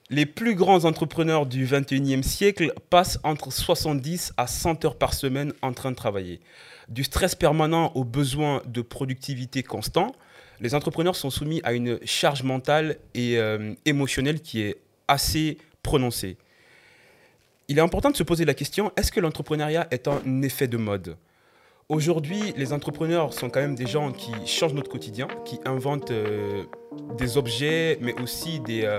Les plus grands entrepreneurs du 21e siècle passent entre 70 à 100 heures par semaine en train de travailler. Du stress permanent au besoin de productivité constant, les entrepreneurs sont soumis à une charge mentale et émotionnelle qui est assez prononcée. Il est important de se poser la question, est-ce que l'entrepreneuriat est un effet de mode? Aujourd'hui, les entrepreneurs sont quand même des gens qui changent notre quotidien, qui inventent des objets, mais aussi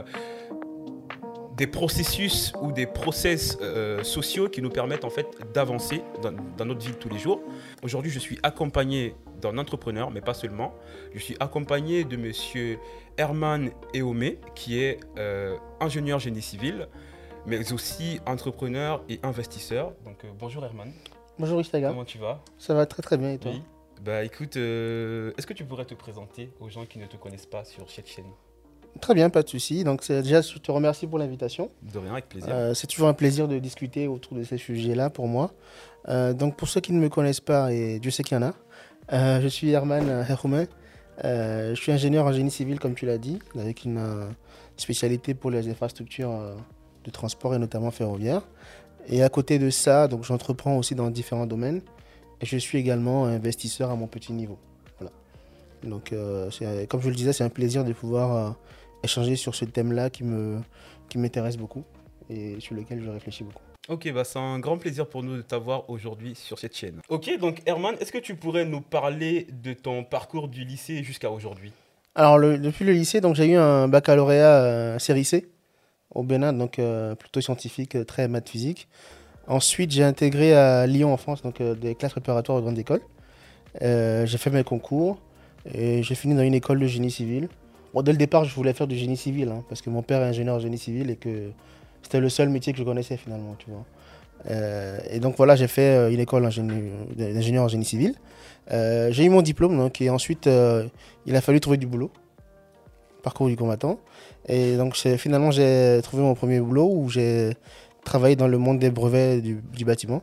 des processus ou des process sociaux qui nous permettent en fait d'avancer dans notre vie de tous les jours. Aujourd'hui, je suis accompagné d'un entrepreneur, mais pas seulement. Je suis accompagné de monsieur Herman Eomé, qui est ingénieur génie civil, mais aussi entrepreneur et investisseur. Donc bonjour Herman. Bonjour Istaga. Comment tu vas? Ça va très très bien et toi? Oui. Bah écoute, est-ce que tu pourrais te présenter aux gens qui ne te connaissent pas sur cette chaîne? Très bien, pas de souci. Donc déjà, je te remercie pour l'invitation. De rien, avec plaisir. C'est toujours un plaisir de discuter autour de ces sujets-là pour moi. Donc pour ceux qui ne me connaissent pas, et Dieu sait qu'il y en a, je suis Herman Eomé. Je suis ingénieur en génie civil, comme tu l'as dit, avec une spécialité pour les infrastructures de transport et notamment ferroviaire. Et à côté de ça, donc j'entreprends aussi dans différents domaines. Et je suis également investisseur à mon petit niveau. Voilà. Donc, comme je le disais, c'est un plaisir de pouvoir échanger sur ce thème-là qui m'intéresse beaucoup et sur lequel je réfléchis beaucoup. Ok, bah c'est un grand plaisir pour nous de t'avoir aujourd'hui sur cette chaîne. Ok, donc Herman, est-ce que tu pourrais nous parler de ton parcours du lycée jusqu'à aujourd'hui? Alors, depuis le lycée, donc j'ai eu un baccalauréat série C au Bénin, donc plutôt scientifique, très maths physique. Ensuite, j'ai intégré à Lyon en France, donc des classes préparatoires de grande école. J'ai fait mes concours et j'ai fini dans une école de génie civil. Bon, dès le départ, je voulais faire du génie civil, hein, parce que mon père est ingénieur en génie civil et que c'était le seul métier que je connaissais finalement, tu vois. Et donc voilà, j'ai fait une école d'ingénieur en génie civil. J'ai eu mon diplôme, donc, et ensuite, il a fallu trouver du boulot, parcours du combattant. Et donc finalement, j'ai trouvé mon premier boulot où j'ai travaillé dans le monde des brevets du bâtiment.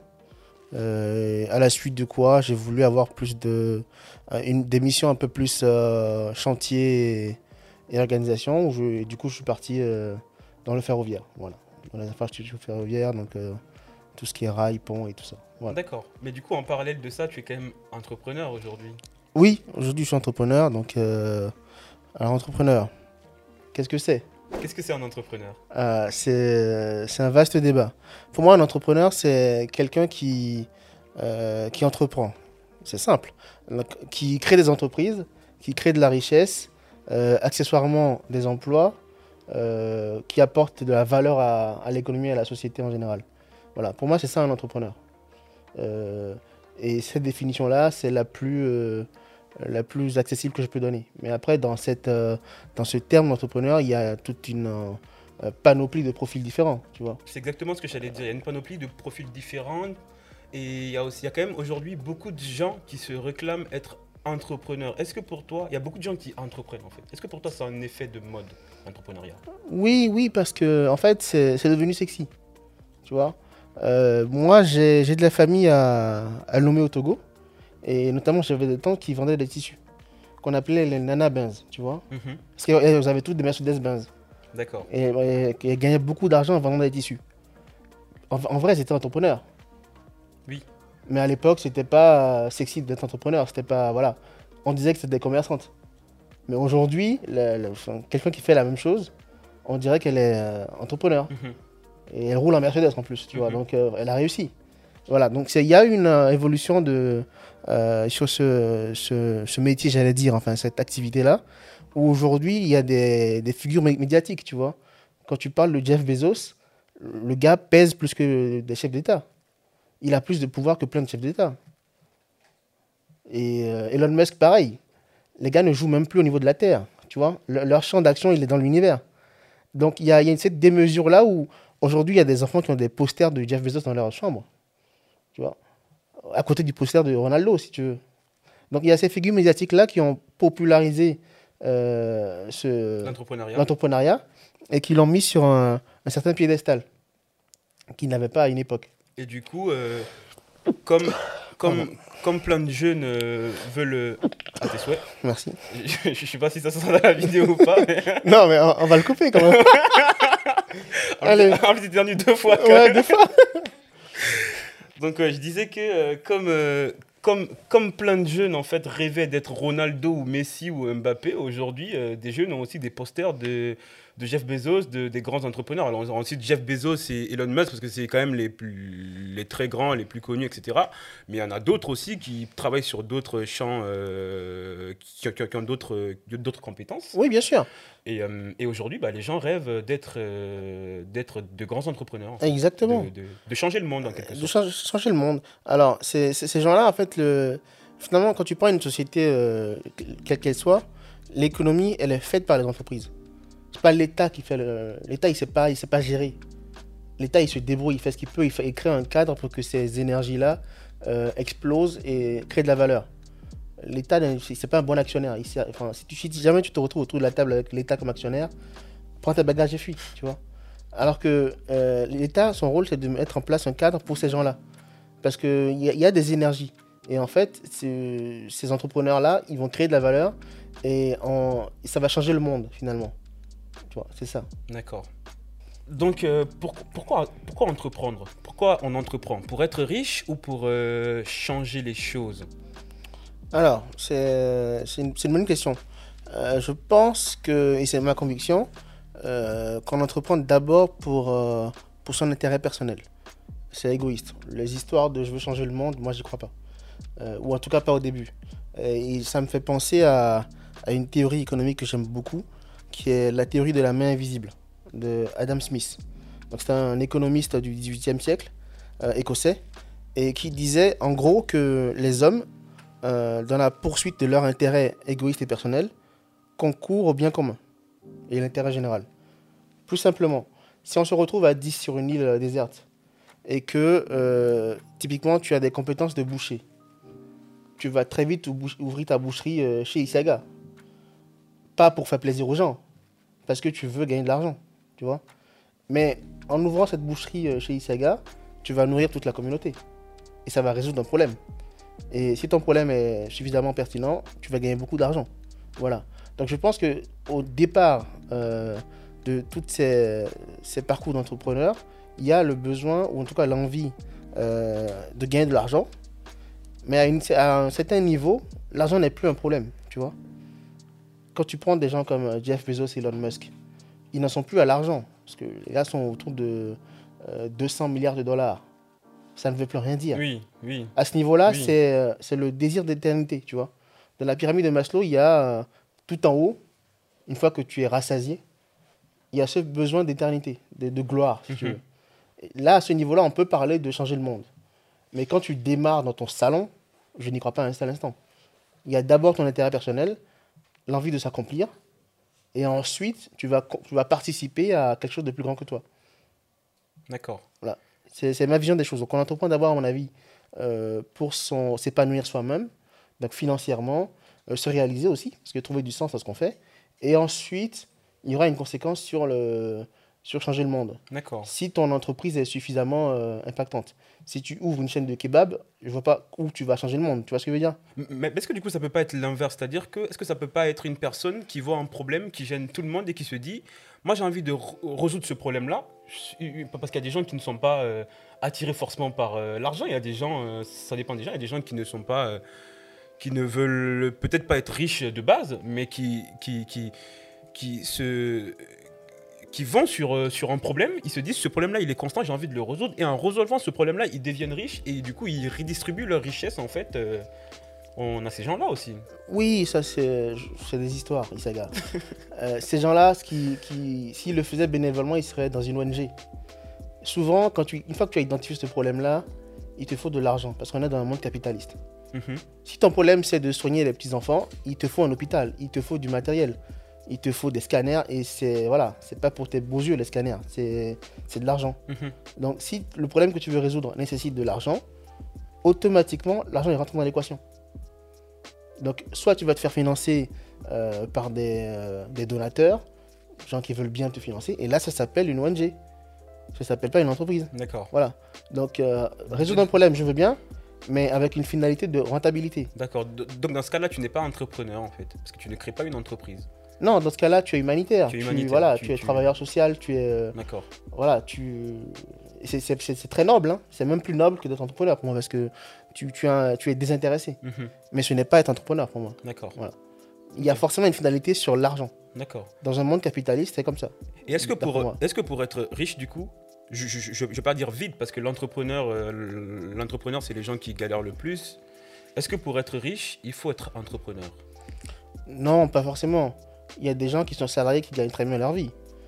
À la suite de quoi, j'ai voulu avoir des missions un peu plus chantier et organisation. Du coup, je suis parti dans le ferroviaire, voilà, dans les infrastructures ferroviaires, donc tout ce qui est rail, pont et tout ça. Voilà. D'accord, mais du coup, en parallèle de ça, tu es quand même entrepreneur aujourd'hui. Oui, aujourd'hui, je suis entrepreneur. Donc, alors, entrepreneur, qu'est-ce que c'est? Qu'est-ce que c'est un entrepreneur? C'est un vaste débat. Pour moi, un entrepreneur, c'est quelqu'un qui entreprend. C'est simple. Donc, qui crée des entreprises, qui crée de la richesse, accessoirement des emplois, qui apporte de la valeur à l'économie et à la société en général. Voilà, pour moi, c'est ça un entrepreneur. Et cette définition-là, c'est la plus accessible que je peux donner. Mais après, dans ce terme d'entrepreneur, il y a toute une panoplie de profils différents, tu vois. C'est exactement ce que j'allais dire. Il y a une panoplie de profils différents. Et il y a quand même aujourd'hui beaucoup de gens qui se réclament être entrepreneurs. Est-ce que pour toi, il y a beaucoup de gens qui entreprennent en fait. Est-ce que pour toi, c'est un effet de mode, l'entrepreneuriat? Oui, parce que en fait, c'est devenu sexy, tu vois. Moi, j'ai de la famille à Lomé au Togo. Et notamment, j'avais des tantes qui vendaient des tissus, qu'on appelait les Nana Benz, tu vois. Parce qu'elles avaient toutes des Mercedes Benz. D'accord. Et elles gagnaient beaucoup d'argent en vendant des tissus. En vrai, c'était entrepreneur. Oui. Mais à l'époque, c'était pas sexy d'être entrepreneur. C'était pas, voilà. On disait que c'était des commerçantes. Mais aujourd'hui, quelqu'un qui fait la même chose, on dirait qu'elle est entrepreneur. Et elle roule en Mercedes en plus, tu vois. Donc, elle a réussi. Voilà, donc il y a une évolution sur ce métier, j'allais dire, enfin cette activité-là, où aujourd'hui il y a des figures médiatiques, tu vois. Quand tu parles de Jeff Bezos, le gars pèse plus que des chefs d'État. Il a plus de pouvoir que plein de chefs d'État. Et Elon Musk, pareil. Les gars ne jouent même plus au niveau de la Terre, tu vois. Leur champ d'action, il est dans l'univers. Donc il y a cette démesure-là où aujourd'hui il y a des enfants qui ont des posters de Jeff Bezos dans leur chambre. Tu vois, à côté du poster de Ronaldo, si tu veux. Donc il y a ces figures médiatiques-là qui ont popularisé l'entrepreneuriat et qui l'ont mis sur un certain piédestal qu'il n'avait pas à une époque. Et du coup, comme plein de jeunes veulent... À tes souhaits. Merci. Je ne sais pas si ça sera dans la vidéo ou pas. Mais... Non, mais on va le couper quand même. Allez. En plus, tu éternues 2 fois. Ouais, deux fois. Donc, je disais que comme plein de jeunes en fait rêvaient d'être Ronaldo ou Messi ou Mbappé, aujourd'hui, des jeunes ont aussi des posters de Jeff Bezos, des grands entrepreneurs. Alors, ensuite, Jeff Bezos et Elon Musk, parce que c'est quand même les très grands, les plus connus, etc. Mais il y en a d'autres aussi qui travaillent sur d'autres champs, qui ont d'autres compétences. Oui, bien sûr. Et aujourd'hui, bah, les gens rêvent d'être de grands entrepreneurs, en fait. Exactement. De changer le monde, en quelque De sorte. changer le monde. Alors, ces gens-là, en fait, finalement, quand tu prends une société, quelle qu'elle soit, l'économie, elle est faite par les entreprises. C'est pas l'État qui fait l'État, il sait pas gérer. L'État, il se débrouille, il fait ce qu'il peut, il crée un cadre pour que ces énergies-là explosent et créent de la valeur. L'État, c'est pas un bon actionnaire. Enfin, si jamais tu te retrouves autour de la table avec l'État comme actionnaire, prends tes bagages et fuis, tu vois. Alors que l'État, son rôle, c'est de mettre en place un cadre pour ces gens-là. Parce qu'il y a des énergies. Et en fait, ces entrepreneurs-là, ils vont créer de la valeur et ça va changer le monde, finalement. Tu vois, c'est ça. D'accord. Donc, pourquoi entreprendre? Pourquoi on entreprend? Pour être riche ou pour changer les choses? Alors, c'est une bonne question. Je pense que, et c'est ma conviction, qu'on entreprend d'abord pour son intérêt personnel. C'est égoïste. Les histoires de je veux changer le monde, moi j'y crois pas. Ou en tout cas pas au début. Et ça me fait penser à une théorie économique que j'aime beaucoup, qui est la théorie de la main invisible de Adam Smith. Donc c'est un économiste du XVIIIe siècle, écossais, et qui disait en gros que les hommes, dans la poursuite de leur intérêt égoïste et personnel, concourent au bien commun et l'intérêt général. Plus simplement, si on se retrouve à 10 sur une île déserte et que typiquement tu as des compétences de boucher, tu vas très vite ouvrir ta boucherie chez Isaga. Pas pour faire plaisir aux gens, parce que tu veux gagner de l'argent, tu vois. Mais en ouvrant cette boucherie chez Isaga, tu vas nourrir toute la communauté. Et ça va résoudre un problème. Et si ton problème est suffisamment pertinent, tu vas gagner beaucoup d'argent. Voilà. Donc je pense qu'au départ de tous ces parcours d'entrepreneurs, il y a le besoin, ou en tout cas l'envie de gagner de l'argent. Mais à un certain niveau, l'argent n'est plus un problème, tu vois. Quand tu prends des gens comme Jeff Bezos et Elon Musk, ils n'en sont plus à l'argent. Parce que les gars sont autour de 200 milliards de dollars. Ça ne veut plus rien dire. Oui, oui. À ce niveau-là, Oui. c'est le désir d'éternité, tu vois. Dans la pyramide de Maslow, il y a tout en haut, une fois que tu es rassasié, il y a ce besoin d'éternité, de gloire, si tu veux. Et là, à ce niveau-là, on peut parler de changer le monde. Mais quand tu démarres dans ton salon, je n'y crois pas un seul instant. Il y a d'abord ton intérêt personnel, l'envie de s'accomplir, et ensuite, tu vas participer à quelque chose de plus grand que toi. D'accord. Voilà. C'est ma vision des choses. Donc on entreprend d'abord, à mon avis, pour s'épanouir soi-même, donc financièrement, se réaliser aussi, parce que trouver du sens à ce qu'on fait. Et ensuite, il y aura une conséquence sur changer le monde. D'accord. Si ton entreprise est suffisamment impactante. Si tu ouvres une chaîne de kebab, je vois pas où tu vas changer le monde. Tu vois ce que je veux dire? Mais est-ce que du coup ça peut pas être l'inverse? C'est-à-dire que est-ce que ça peut pas être une personne qui voit un problème qui gêne tout le monde et qui se dit moi j'ai envie de résoudre ce problème-là, parce qu'il y a des gens qui ne sont pas attirés forcément par l'argent. Il y a des gens, ça dépend des gens, il y a des gens qui ne sont pas qui ne veulent peut-être pas être riches de base, mais qui vont sur un problème, ils se disent ce problème-là il est constant, j'ai envie de le résoudre, et en résolvant ce problème-là ils deviennent riches et du coup ils redistribuent leur richesse en fait. On a ces gens-là aussi. Oui, ça c'est des histoires, Isaga. Ces gens-là, s'ils le faisaient bénévolement, ils seraient dans une ONG. Souvent, une fois que tu as identifié ce problème-là, il te faut de l'argent, parce qu'on est dans un monde capitaliste. Mhm. Si ton problème c'est de soigner les petits-enfants, il te faut un hôpital, il te faut du matériel, il te faut des scanners, et c'est pas pour tes beaux yeux les scanners, c'est de l'argent. Mhm. Donc si le problème que tu veux résoudre nécessite de l'argent, automatiquement l'argent est rentré dans l'équation. Donc soit tu vas te faire financer par des donateurs, gens qui veulent bien te financer, et là ça s'appelle une ONG, ça s'appelle pas une entreprise. D'accord. Voilà. Donc résoudre un problème, je veux bien, mais avec une finalité de rentabilité. D'accord. Donc dans ce cas-là, tu n'es pas entrepreneur en fait, parce que tu ne crées pas une entreprise. Non, dans ce cas-là, tu es humanitaire. Tu es humanitaire. Voilà, tu es travailleur social, tu es... D'accord. Voilà, c'est très noble, hein. C'est même plus noble que d'être entrepreneur pour moi parce que tu es désintéressé. Mais ce n'est pas être entrepreneur pour moi. D'accord. Voilà. Il y a forcément une finalité sur l'argent. D'accord. Dans un monde capitaliste, c'est comme ça. Et est-ce que pour être riche, du coup, je ne vais pas dire vite parce que l'entrepreneur, c'est les gens qui galèrent le plus. Est-ce que pour être riche, il faut être entrepreneur? Non, pas forcément. Il y a des gens qui sont salariés qui gagnent très bien leur vie.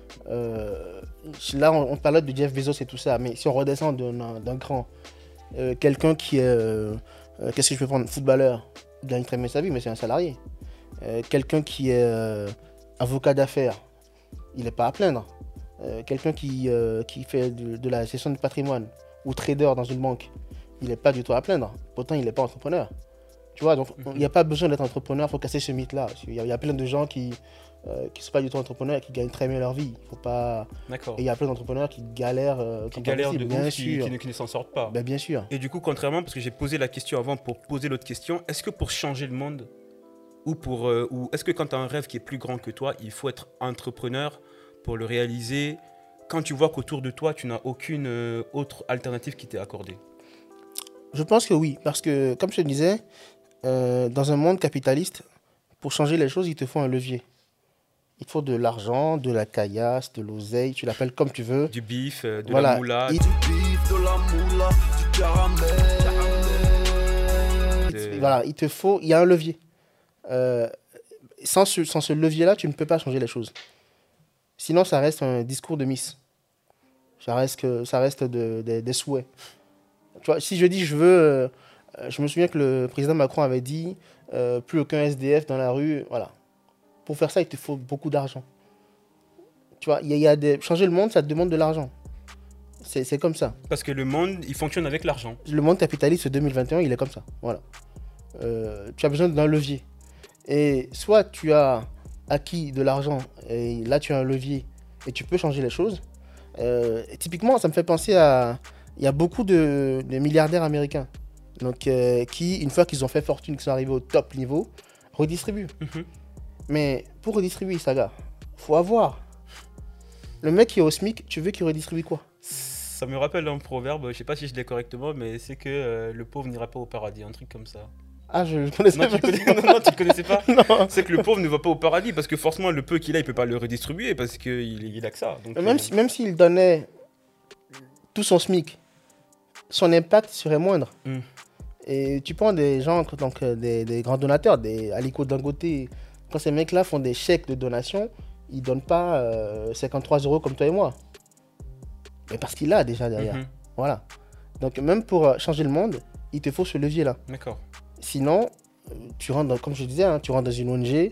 Là, on parlait de Jeff Bezos et tout ça, mais si on redescend d'un cran, quelqu'un qui est, qu'est-ce que je peux prendre, footballeur, il gagne très bien sa vie, mais c'est un salarié. Quelqu'un qui est avocat d'affaires, il n'est pas à plaindre. Quelqu'un qui fait de la gestion de patrimoine ou trader dans une banque, il n'est pas du tout à plaindre. Pourtant, il n'est pas entrepreneur. Tu vois, donc il n'y a pas besoin d'être entrepreneur, il faut casser ce mythe-là. Il y a plein de gens qui ne sont pas du tout entrepreneurs et qui gagnent très bien leur vie. Faut pas... D'accord. Et il y a plein d'entrepreneurs qui galèrent. Qui galèrent de bien ouf, sûr. qui ne s'en sortent pas. Ben, bien sûr. Et du coup, contrairement, parce que j'ai posé la question avant pour poser l'autre question, est-ce que pour changer le monde, ou est-ce que quand tu as un rêve qui est plus grand que toi, il faut être entrepreneur pour le réaliser quand tu vois qu'autour de toi, tu n'as aucune autre alternative qui t'est accordée? Je pense que oui, parce que, comme je te disais, dans un monde capitaliste, pour changer les choses, il te faut un levier. Il te faut de l'argent, de la caillasse, de l'oseille, tu l'appelles comme tu veux. Du bif, de Voilà. la moula. Du bif, de la moula, du caramel. Voilà, il y a un levier. Sans ce levier-là, tu ne peux pas changer les choses. Sinon, ça reste un discours de Miss. Ça reste des souhaits. Tu vois, si je dis je veux... je me souviens que le président Macron avait dit plus aucun SDF dans la rue. Voilà. Pour faire ça, il te faut beaucoup d'argent. Tu vois, changer le monde, ça te demande de l'argent. C'est comme ça. Parce que le monde, il fonctionne avec l'argent. Le monde capitaliste 2021, il est comme ça. Voilà. Tu as besoin d'un levier. Et soit tu as acquis de l'argent et là tu as un levier et tu peux changer les choses. Typiquement, ça me fait penser à... Il y a beaucoup de milliardaires américains donc, qui, une fois qu'ils ont fait fortune, qu'ils sont arrivés au top niveau, redistribuent. Mais pour redistribuer, Saga, faut avoir. Le mec qui est au SMIC, tu veux qu'il redistribue quoi? Ça me rappelle un proverbe, je sais pas si je l'ai correctement, mais c'est que le pauvre n'ira pas au paradis, un truc comme ça. Ah, je connaissais pas. Non, tu ne connaissais pas. Non. C'est que le pauvre ne va pas au paradis parce que forcément le peu qu'il a, il peut pas le redistribuer parce qu'il a que ça. Donc, même s'il donnait tout son SMIC, son impact serait moindre. Et tu prends des gens, donc des grands donateurs, des Aliko Dangote, quand ces mecs-là font des chèques de donation, ils donnent pas 53 € comme toi et moi. Mais parce qu'il a déjà derrière. Voilà. Donc même pour changer le monde, il te faut ce levier-là. D'accord. Sinon, tu rentres, comme je disais, hein, tu rentres dans une ONG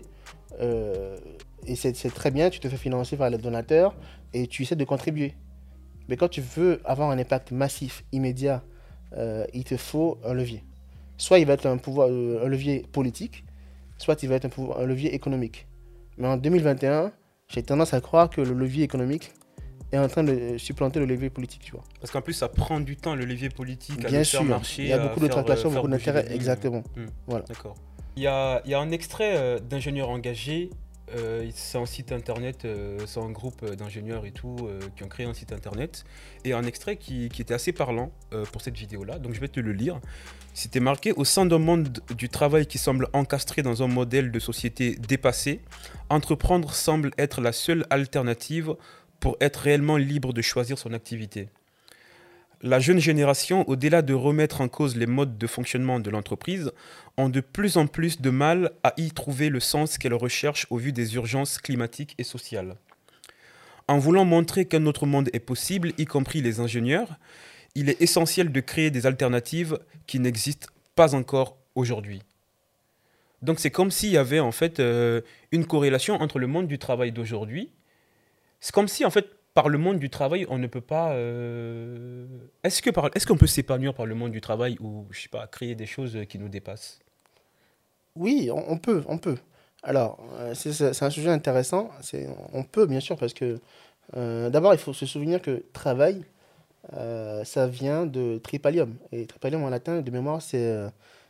et c'est très bien, tu te fais financer par les donateurs et tu essaies de contribuer. Mais quand tu veux avoir un impact massif, immédiat, il te faut un levier. Soit il va être un levier politique, soit il va être un levier économique. Mais en 2021, j'ai tendance à croire que le levier économique est en train de supplanter le levier politique, tu vois. Parce qu'en plus, ça prend du temps, le levier politique, à bien le sûr, faire marcher. il y a beaucoup de tractations, beaucoup d'intérêts, exactement. Voilà. D'accord. Il y a un extrait d'ingénieurs engagés. C'est un site internet, c'est un groupe d'ingénieurs et tout qui ont créé un site internet. Et un extrait qui était assez parlant pour cette vidéo-là. Donc je vais te le lire. C'était marqué: au sein d'un monde du travail qui semble encastré dans un modèle de société dépassé, entreprendre semble être la seule alternative pour être réellement libre de choisir son activité. La jeune génération, au-delà de remettre en cause les modes de fonctionnement de l'entreprise, ont de plus en plus de mal à y trouver le sens qu'elle recherche au vu des urgences climatiques et sociales. En voulant montrer qu'un autre monde est possible, y compris les ingénieurs, il est essentiel de créer des alternatives qui n'existent pas encore aujourd'hui. Donc c'est comme s'il y avait en fait une corrélation entre le monde du travail d'aujourd'hui. C'est comme si en fait par le monde du travail, on ne peut pas... Est-ce qu'on peut s'épanouir par le monde du travail ou, je sais pas, créer des choses qui nous dépassent? Oui, on peut. Alors, c'est un sujet intéressant. On peut, bien sûr, parce que d'abord, il faut se souvenir que travail, ça vient de tripalium. Et tripalium en latin, de mémoire, c'est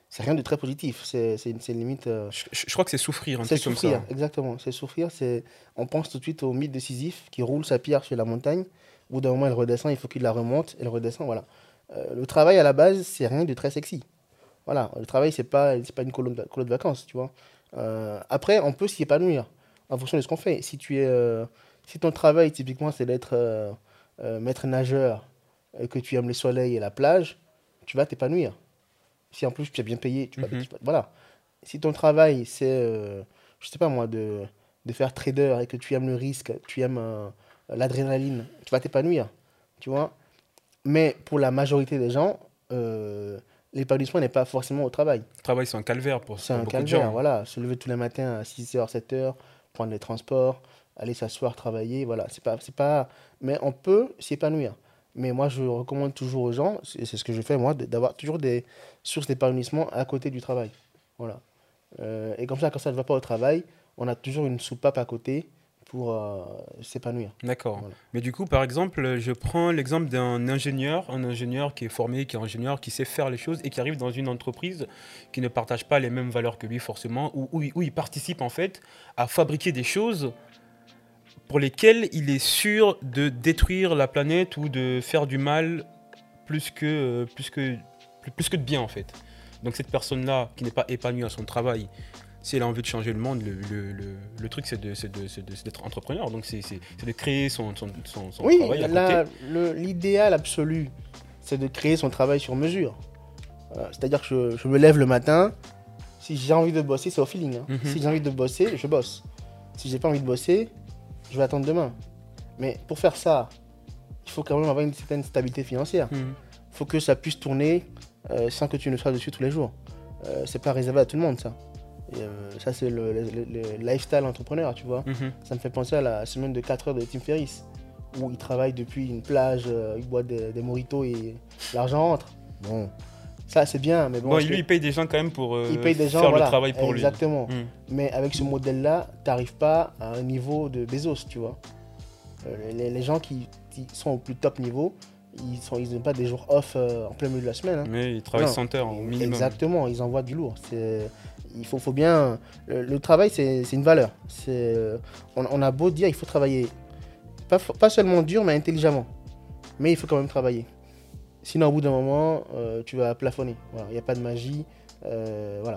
c'est rien de très positif. C'est limite. Je crois que c'est souffrir, un C'est truc comme souffrir, ça. exactement. C'est souffrir. On pense tout de suite au mythe de Sisyphe qui roule sa pierre sur la montagne. Au bout d'un moment, elle redescend, il faut qu'il la remonte, elle redescend, voilà. Le travail, à la base, c'est rien de très sexy. Voilà, le travail, c'est pas une colonie de vacances, tu vois. Après, on peut s'y épanouir en fonction de ce qu'on fait. Si ton travail, typiquement, c'est d'être maître nageur et que tu aimes le soleil et la plage, tu vas t'épanouir. Si en plus tu es bien payé, Mhm. voilà. Si ton travail, c'est, je sais pas moi, de faire trader et que tu aimes le risque, tu aimes l'adrénaline, tu vas t'épanouir, tu vois. Mais pour la majorité des gens, l'épanouissement n'est pas forcément au travail. Le travail, c'est un calvaire C'est pour un beaucoup de calvaire, gens. voilà. Se lever tous les matins à 6h, 7h, prendre les transports, aller s'asseoir, travailler, voilà. C'est pas... Mais on peut s'épanouir. Mais moi, je recommande toujours aux gens, c'est ce que je fais moi, d'avoir toujours des sources d'épanouissement à côté du travail. Voilà. Et comme ça, quand ça ne va pas au travail, on a toujours une soupape à côté pour s'épanouir. D'accord. Voilà. Mais du coup, par exemple, je prends l'exemple d'un ingénieur, un ingénieur qui est formé, qui est ingénieur, qui sait faire les choses et qui arrive dans une entreprise qui ne partage pas les mêmes valeurs que lui forcément, où il participe en fait à fabriquer des choses pour lesquelles il est sûr de détruire la planète ou de faire du mal plus que de bien en fait. Donc cette personne-là qui n'est pas épanouie à son travail, si elle a envie de changer le monde, le truc c'est d'être entrepreneur. Donc c'est de créer son Oui, travail à côté. l'idéal absolu, c'est de créer son travail sur mesure. C'est-à-dire que je me lève le matin, si j'ai envie de bosser, c'est au feeling, hein. Mhm, Si j'ai envie de bosser, je bosse. Si j'ai pas envie de bosser, je vais attendre demain. Mais pour faire ça, il faut quand même avoir une certaine stabilité financière. mhm. Il faut que ça puisse tourner sans que tu ne sois dessus tous les jours. C'est pas réservé à tout le monde, ça. Et, ça, c'est le lifestyle entrepreneur, tu vois. Mhm. Ça me fait penser à la semaine de 4 heures de Tim Ferriss, où il travaille depuis une plage, il boit des mojitos et l'argent rentre. Bon, ça c'est bien, mais bon, Bon, est-ce que lui, il paye des gens quand même pour il paye des gens, faire le voilà, travail pour lui. exactement. Mhm. Mais avec ce modèle-là, tu n'arrives pas à un niveau de Bezos, tu vois. Les gens qui sont au plus top niveau, ils n'ont pas des jours off en plein milieu de la semaine, hein. Mais il travaille Non, 100 heures au minimum. exactement, ils envoient du lourd. Il faut bien. Le travail, c'est une valeur. On a beau dire, il faut travailler. Pas seulement dur, mais intelligemment. Mais il faut quand même travailler. Sinon, au bout d'un moment, tu vas plafonner. Voilà, il n'y a pas de magie. Voilà.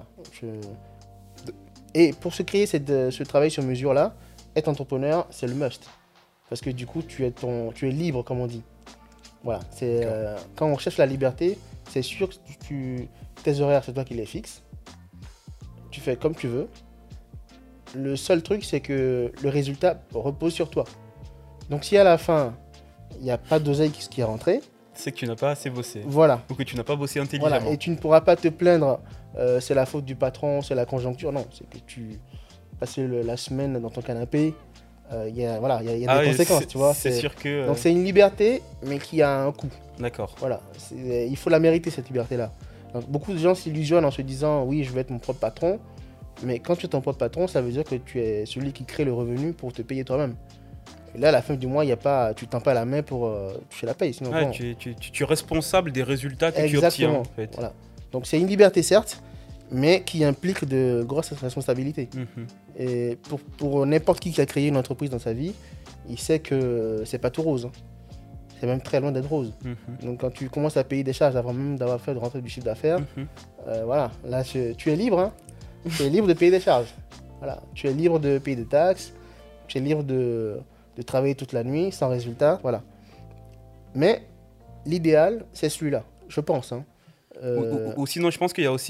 Et pour se créer ce travail sur mesure-là, être entrepreneur, c'est le must. Parce que du coup, tu es libre, comme on dit. Voilà. Quand on cherche la liberté, c'est sûr que tes horaires, c'est toi qui les fixes. Tu fais comme tu veux. Le seul truc, c'est que le résultat repose sur toi. Donc si à la fin, il n'y a pas d'oseille qui est rentré, C'est que tu n'as pas assez bossé. voilà. Ou que tu n'as pas bossé Voilà. intelligemment. Et tu ne pourras pas te plaindre, c'est la faute du patron, c'est la conjoncture. Non, c'est que tu passes la semaine dans ton canapé. Voilà, il y a Ah des oui, conséquences, tu vois. c'est sûr que... Donc c'est une liberté, mais qui a un coût. D'accord. Voilà. Il faut la mériter, cette liberté-là. Donc, beaucoup de gens s'illusionnent en se disant, oui, je vais être mon propre patron. Mais quand tu es ton propre patron, ça veut dire que tu es celui qui crée le revenu pour te payer toi-même. Et là, à la fin du mois, tu ne tends pas la main pour toucher la paye. Sinon, Ouais, bon. tu es responsable des résultats que tu obtiens, Exactement. en fait. Voilà. Donc c'est une liberté, certes, mais qui implique de grosses responsabilités. Mhm. Et pour n'importe qui a créé une entreprise dans sa vie, il sait que c'est pas tout rose, hein. C'est même très loin d'être rose. Mhm. Donc quand tu commences à payer des charges avant même d'avoir fait de rentrer du chiffre d'affaires, Mhm. voilà, là tu es libre, hein. Tu es libre de payer des charges. Voilà. Tu es libre de payer des taxes, tu es libre de travailler toute la nuit sans résultat. Voilà. Mais l'idéal, c'est celui-là, je pense, hein. Ou sinon, je pense qu'il y a aussi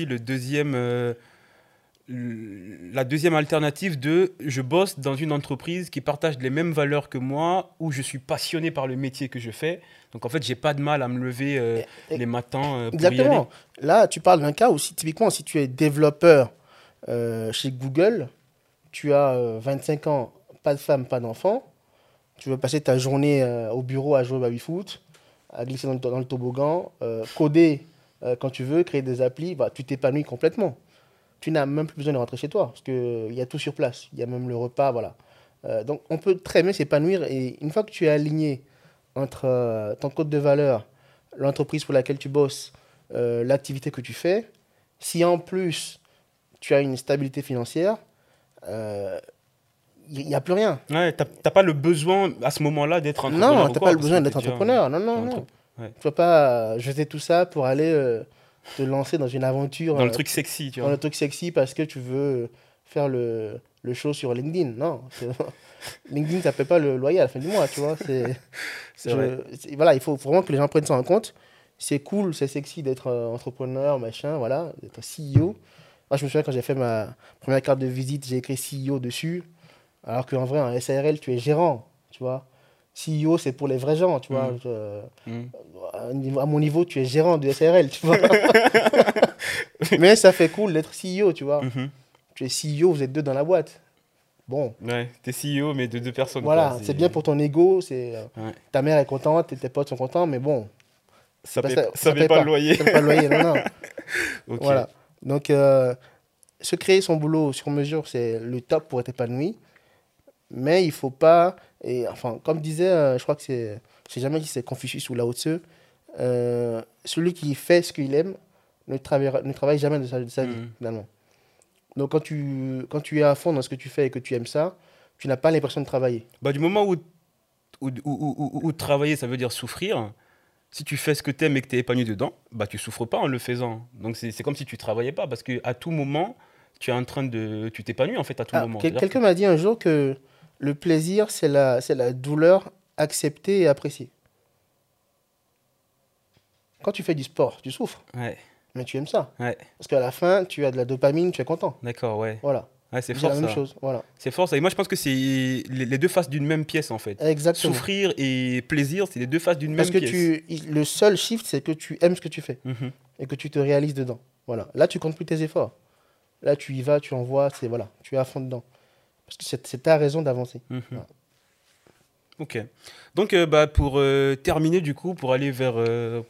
la deuxième alternative de je bosse dans une entreprise qui partage les mêmes valeurs que moi, où je suis passionné par le métier que je fais. Donc en fait, j'ai pas de mal à me lever et- les matins pour y aller. Exactement. Là, tu parles d'un cas où, typiquement, si tu es développeur chez Google, tu as 25 ans, pas de femme, pas d'enfant, tu veux passer ta journée au bureau à jouer au baby-foot, à glisser dans le toboggan, coder quand tu veux, créer des applis, bah, tu t'épanouis complètement. Tu n'as même plus besoin de rentrer chez toi, parce qu'il y a tout sur place. Il y a même le repas, voilà. Donc, on peut très bien s'épanouir, et une fois que tu es aligné entre ton code de valeur, l'entreprise pour laquelle tu bosses, l'activité que tu fais, Si en plus, tu as une stabilité financière, il n'y a plus rien. Ouais, t'as pas le besoin à ce moment-là d'être entrepreneur. Non, ou tu n'as quoi, pas le parce besoin que d'être t'es déjà entrepreneur. Non, non, non. Ouais. Tu ne vas pas jeter tout ça pour aller te lancer dans une aventure, Dans le truc sexy, tu dans vois. le truc sexy parce que tu veux faire le show sur LinkedIn. Non, LinkedIn, ça ne paie pas le loyer à la fin du mois, tu vois. C'est vrai. Voilà, il faut vraiment que les gens prennent ça en compte. C'est cool, c'est sexy d'être entrepreneur, machin, voilà, d'être CEO. Moi, je me souviens quand j'ai fait ma première carte de visite, j'ai écrit CEO dessus. Alors qu'en vrai, en SARL, tu es gérant, tu vois. CEO, c'est pour les vrais gens, tu vois. À mon niveau, tu es gérant de SARL, tu vois. Mais ça fait cool d'être CEO, tu vois. Mhm. Tu es CEO, vous êtes deux dans la boîte. Bon, Ouais, t'es CEO, mais de deux personnes. voilà, Quoi. c'est bien pour ton ego. Ouais. Ta mère est contente, tes potes sont contents, mais bon, Ça bah, paie, ça paie pas le loyer. Ça paie pas le loyer, non, non. Ok. Voilà. Donc, se créer son boulot sur mesure, c'est le top pour être épanoui. Mais il faut pas. Et, enfin, comme disait, je crois que c'est. Je sais jamais si c'est Confucius ou Lao Tzu. Celui qui fait ce qu'il aime ne travaille jamais de sa vie, Mhm. finalement. Donc, quand tu es à fond dans ce que tu fais et que tu aimes ça, tu n'as pas l'impression de travailler. Bah, du moment où travailler, ça veut dire souffrir, si tu fais ce que t'aimes et que t'es épanoui dedans, bah, tu souffres pas en le faisant. Donc, c'est comme si tu travaillais pas, parce qu'à tout moment, tu es en train de... Tu t'épanouis, en fait, à tout Ah, moment. C'est-à-dire quelqu'un m'a dit un jour que le plaisir, c'est la douleur acceptée et appréciée. Quand tu fais du sport, tu souffres, Ouais, mais tu aimes ça. ouais, Parce qu'à la fin, tu as de la dopamine, tu es content. d'accord, ouais. Voilà. Ouais, c'est C'est fort, la même ça. chose. Voilà. C'est fort, ça. Et moi, je pense que c'est les deux faces d'une même pièce, en fait. Exactement. Souffrir et plaisir, c'est les deux faces d'une Parce même que pièce. le seul shift, c'est que tu aimes ce que tu fais Mhm. et que tu te réalises dedans. Voilà. Là, tu comptes plus tes efforts. Là, tu y vas, tu envoies, voilà, tu es à fond dedans. Parce que c'est ta raison d'avancer. Mhm. Voilà. Ok. Donc, bah, pour terminer, du coup, pour aller vers,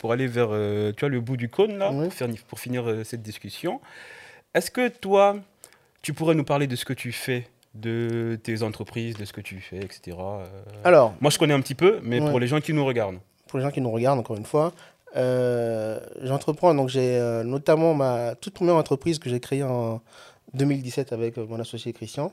tu vois, le bout du cône, là, Oui. pour finir cette discussion, est-ce que toi, tu pourrais nous parler de ce que tu fais, de tes entreprises, de ce que tu fais, etc. Alors, Moi, je connais un petit peu, mais ouais, pour les gens qui nous regardent. pour les gens qui nous regardent, encore une fois, j'entreprends. Donc, j'ai notamment ma toute première entreprise que j'ai créée en 2017 avec mon associé Christian,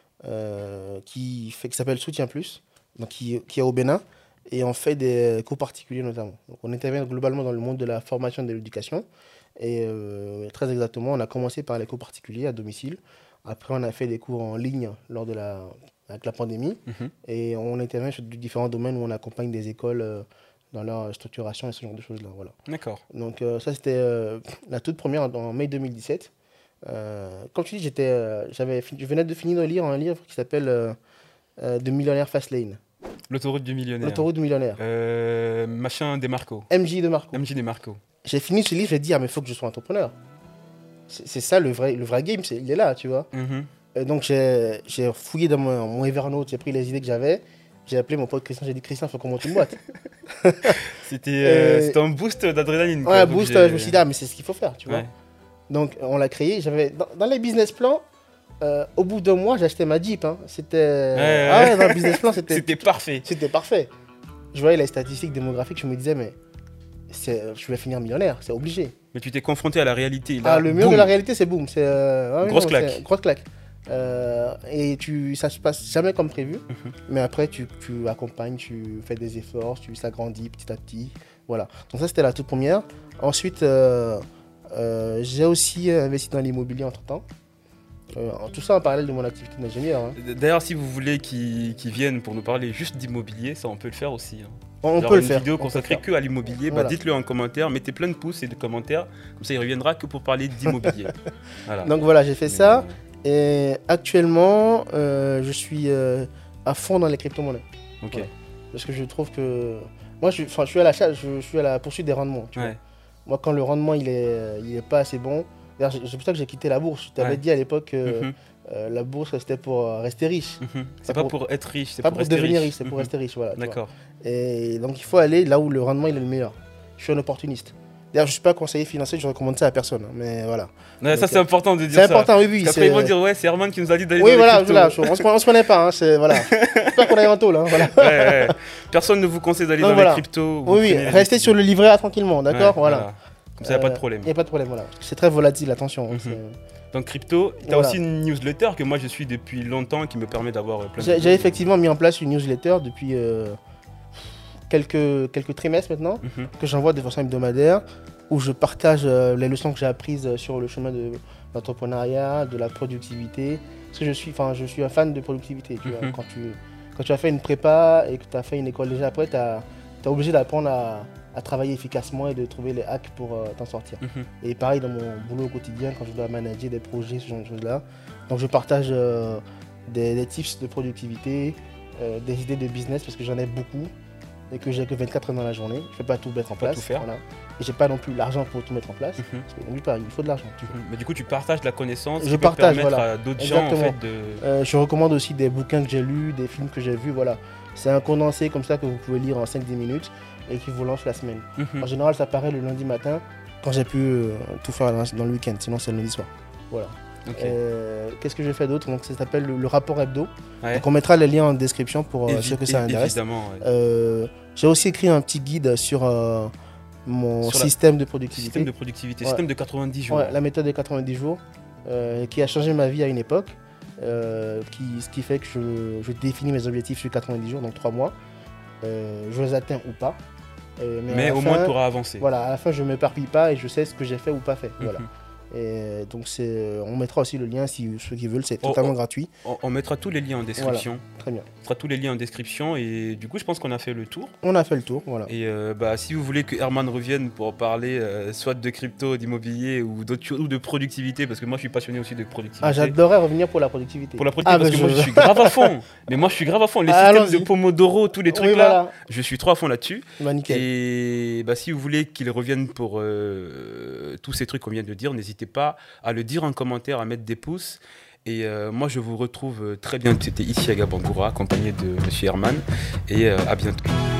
qui s'appelle Soutien Plus, donc qui est au Bénin. Et on fait des cours particuliers notamment. Donc, on intervient globalement dans le monde de la formation et de l'éducation. Et très exactement, on a commencé par les cours particuliers à domicile. Après, on a fait des cours en ligne avec la pandémie. Mhm. Et on intervient sur différents domaines où on accompagne des écoles dans leur structuration et ce genre de choses-là. Voilà. D'accord. Donc ça, c'était la toute première en mai 2017. Comme tu dis, je venais de finir de lire un livre qui s'appelle The Millionaire Fastlane. L'autoroute du millionnaire. L'autoroute du millionnaire. Machin Demarco. MJ de Marco. MJ Demarco. J'ai fini ce livre, j'ai dit, ah, mais il faut que je sois entrepreneur. C'est ça le vrai game, il est là, tu vois. Mhm. Et donc j'ai fouillé dans mon Evernote, j'ai pris les idées que j'avais. J'ai appelé mon pote Christian, j'ai dit, Christian, il faut qu'on monte une boîte. C'était un boost d'adrénaline. quoi. Ouais, Donc, boost, je me suis dit, ah, mais c'est ce qu'il faut faire, tu vois. Ouais. Donc on l'a créé. Dans les business plans, au bout d'un mois, j'ai acheté ma Jeep. Hein. C'était. Ouais, Ah ouais. ouais, dans le business plan, C'était parfait. c'était parfait. Je voyais les statistiques démographiques, je me disais, mais je vais finir millionnaire, c'est obligé. Mais tu t'es confronté à la réalité. Là, Ah, le mur boum. de la réalité, c'est boum. C'est, oui, Grosse non, claque. c'est grosse claque. Et ça se passe jamais comme prévu. Mhm. Mais après, tu accompagnes, tu fais des efforts, ça grandit petit à petit. Voilà. Donc ça, c'était la toute première. Ensuite, j'ai aussi investi dans l'immobilier entre-temps. Tout ça en parallèle de mon activité d'ingénieur. Hein. D'ailleurs, si vous voulez qu'ils viennent pour nous parler juste d'immobilier, ça on peut le faire aussi. Hein. On Genre peut le une faire. vidéo on peut le consacrée faire. que à l'immobilier, bah Voilà. dites-le en commentaire, mettez plein de pouces et de commentaires, comme ça il reviendra que pour parler d'immobilier. Voilà. Donc voilà, j'ai fait Mais- ça. Et actuellement, je suis à fond dans les crypto-monnaies. Ok. Voilà. Parce que je trouve que. Moi, je suis à la poursuite des rendements. Tu vois. Ouais. Moi, quand le rendement il est pas assez bon. D'ailleurs, c'est pour ça que j'ai quitté la bourse. Je t'avais Ouais. dit à l'époque que Mhm. la bourse, c'était pour rester riche. Mhm. C'est pas pour être riche, c'est Pas pour pour rester devenir riche. riche, c'est pour Mhm. rester riche. Voilà, tu vois. D'accord. Et donc, il faut aller là où le rendement il est le meilleur. Je suis un opportuniste. D'ailleurs, je ne suis pas conseiller financier, je recommande ça à personne. Hein, mais voilà. Ouais, ça Donc, c'est important de dire C'est ça. important, oui, oui. Parce qu'après ils vont dire ouais, c'est Herman qui nous a dit d'aller Oui, dans voilà, les cryptos. voilà, on se connaît pas. Hein, voilà. J'espère qu'on aille en taule. Hein, voilà. Ouais, ouais. Personne ne vous conseille d'aller Donc dans voilà. les cryptos. vous Oui, prenez oui, les restez décisions. sur le livret A tranquillement, d'accord, Ouais, voilà. Comme ça, il n'y a pas de problème. Il n'y a pas de problème, voilà. C'est très volatile, attention. Donc crypto, tu as aussi une newsletter que moi je suis depuis longtemps qui me permet d'avoir plein de... J'ai effectivement mis en place une newsletter depuis quelques trimestres maintenant, que j'envoie de façon hebdomadaire, où je partage les leçons que j'ai apprises sur le chemin de l'entrepreneuriat, de la productivité. Parce que je suis un fan de productivité. Tu vois, quand tu as fait une prépa et que tu as fait une école déjà après, tu es obligé d'apprendre à travailler efficacement et de trouver les hacks pour t'en sortir. Et pareil dans mon boulot au quotidien, quand je dois manager des projets, ce genre de choses-là. Donc je partage des tips de productivité, des idées de business parce que j'en ai beaucoup et que j'ai que 24 heures dans la journée. Je ne peux pas tout mettre en place. Tout faire. Voilà. Et j'ai pas non plus l'argent pour tout mettre en place. Parce que, donc, pareil, il faut de l'argent. Mais du coup, tu partages la connaissance je qui partage, peut permettre à d'autres gens en fait, de... je recommande aussi des bouquins que j'ai lus, des films que j'ai vus. Voilà. C'est un condensé comme ça que vous pouvez lire en 5-10 minutes et qui vous lance la semaine. En général, ça paraît le lundi matin quand j'ai pu tout faire dans le week-end. Sinon, c'est le lundi soir. Voilà. Qu'est-ce que je fais d'autre? Donc, ça s'appelle le rapport hebdo. Donc, on mettra les liens en description pour ceux que ça intéresse. J'ai aussi écrit un petit guide sur mon système de productivité. Système de productivité, système de 90 jours. La méthode de 90 jours qui a changé ma vie à une époque. Ce qui fait que je définis mes objectifs sur 90 jours, donc 3 mois. Je les atteins ou pas. Mais au moins, tu auras avancé. Voilà, à la fin, je ne m'éparpille pas et je sais ce que j'ai fait ou pas fait. Voilà. Et donc on mettra aussi le lien si ceux qui veulent, c'est totalement gratuit. On mettra tous les liens en description. Voilà, très bien. On mettra tous les liens en description et du coup je pense qu'on a fait le tour. On a fait le tour, voilà. Et si vous voulez que Herman revienne pour parler soit de crypto, d'immobilier ou de productivité, parce que moi je suis passionné aussi de productivité. Ah, j'adorerais revenir pour la productivité. Pour la productivité, parce que moi je suis grave à fond. Mais moi je suis grave à fond. Les systèmes de Pomodoro, tous les trucs là, voilà. Je suis trop à fond là-dessus. Et si vous voulez qu'il revienne pour tous ces trucs qu'on vient de dire, n'hésitez pas à le dire en commentaire, à mettre des pouces. Et moi, je vous retrouve très bientôt. C'était ici à Gabangoura, accompagné de M. Herman. Et à bientôt.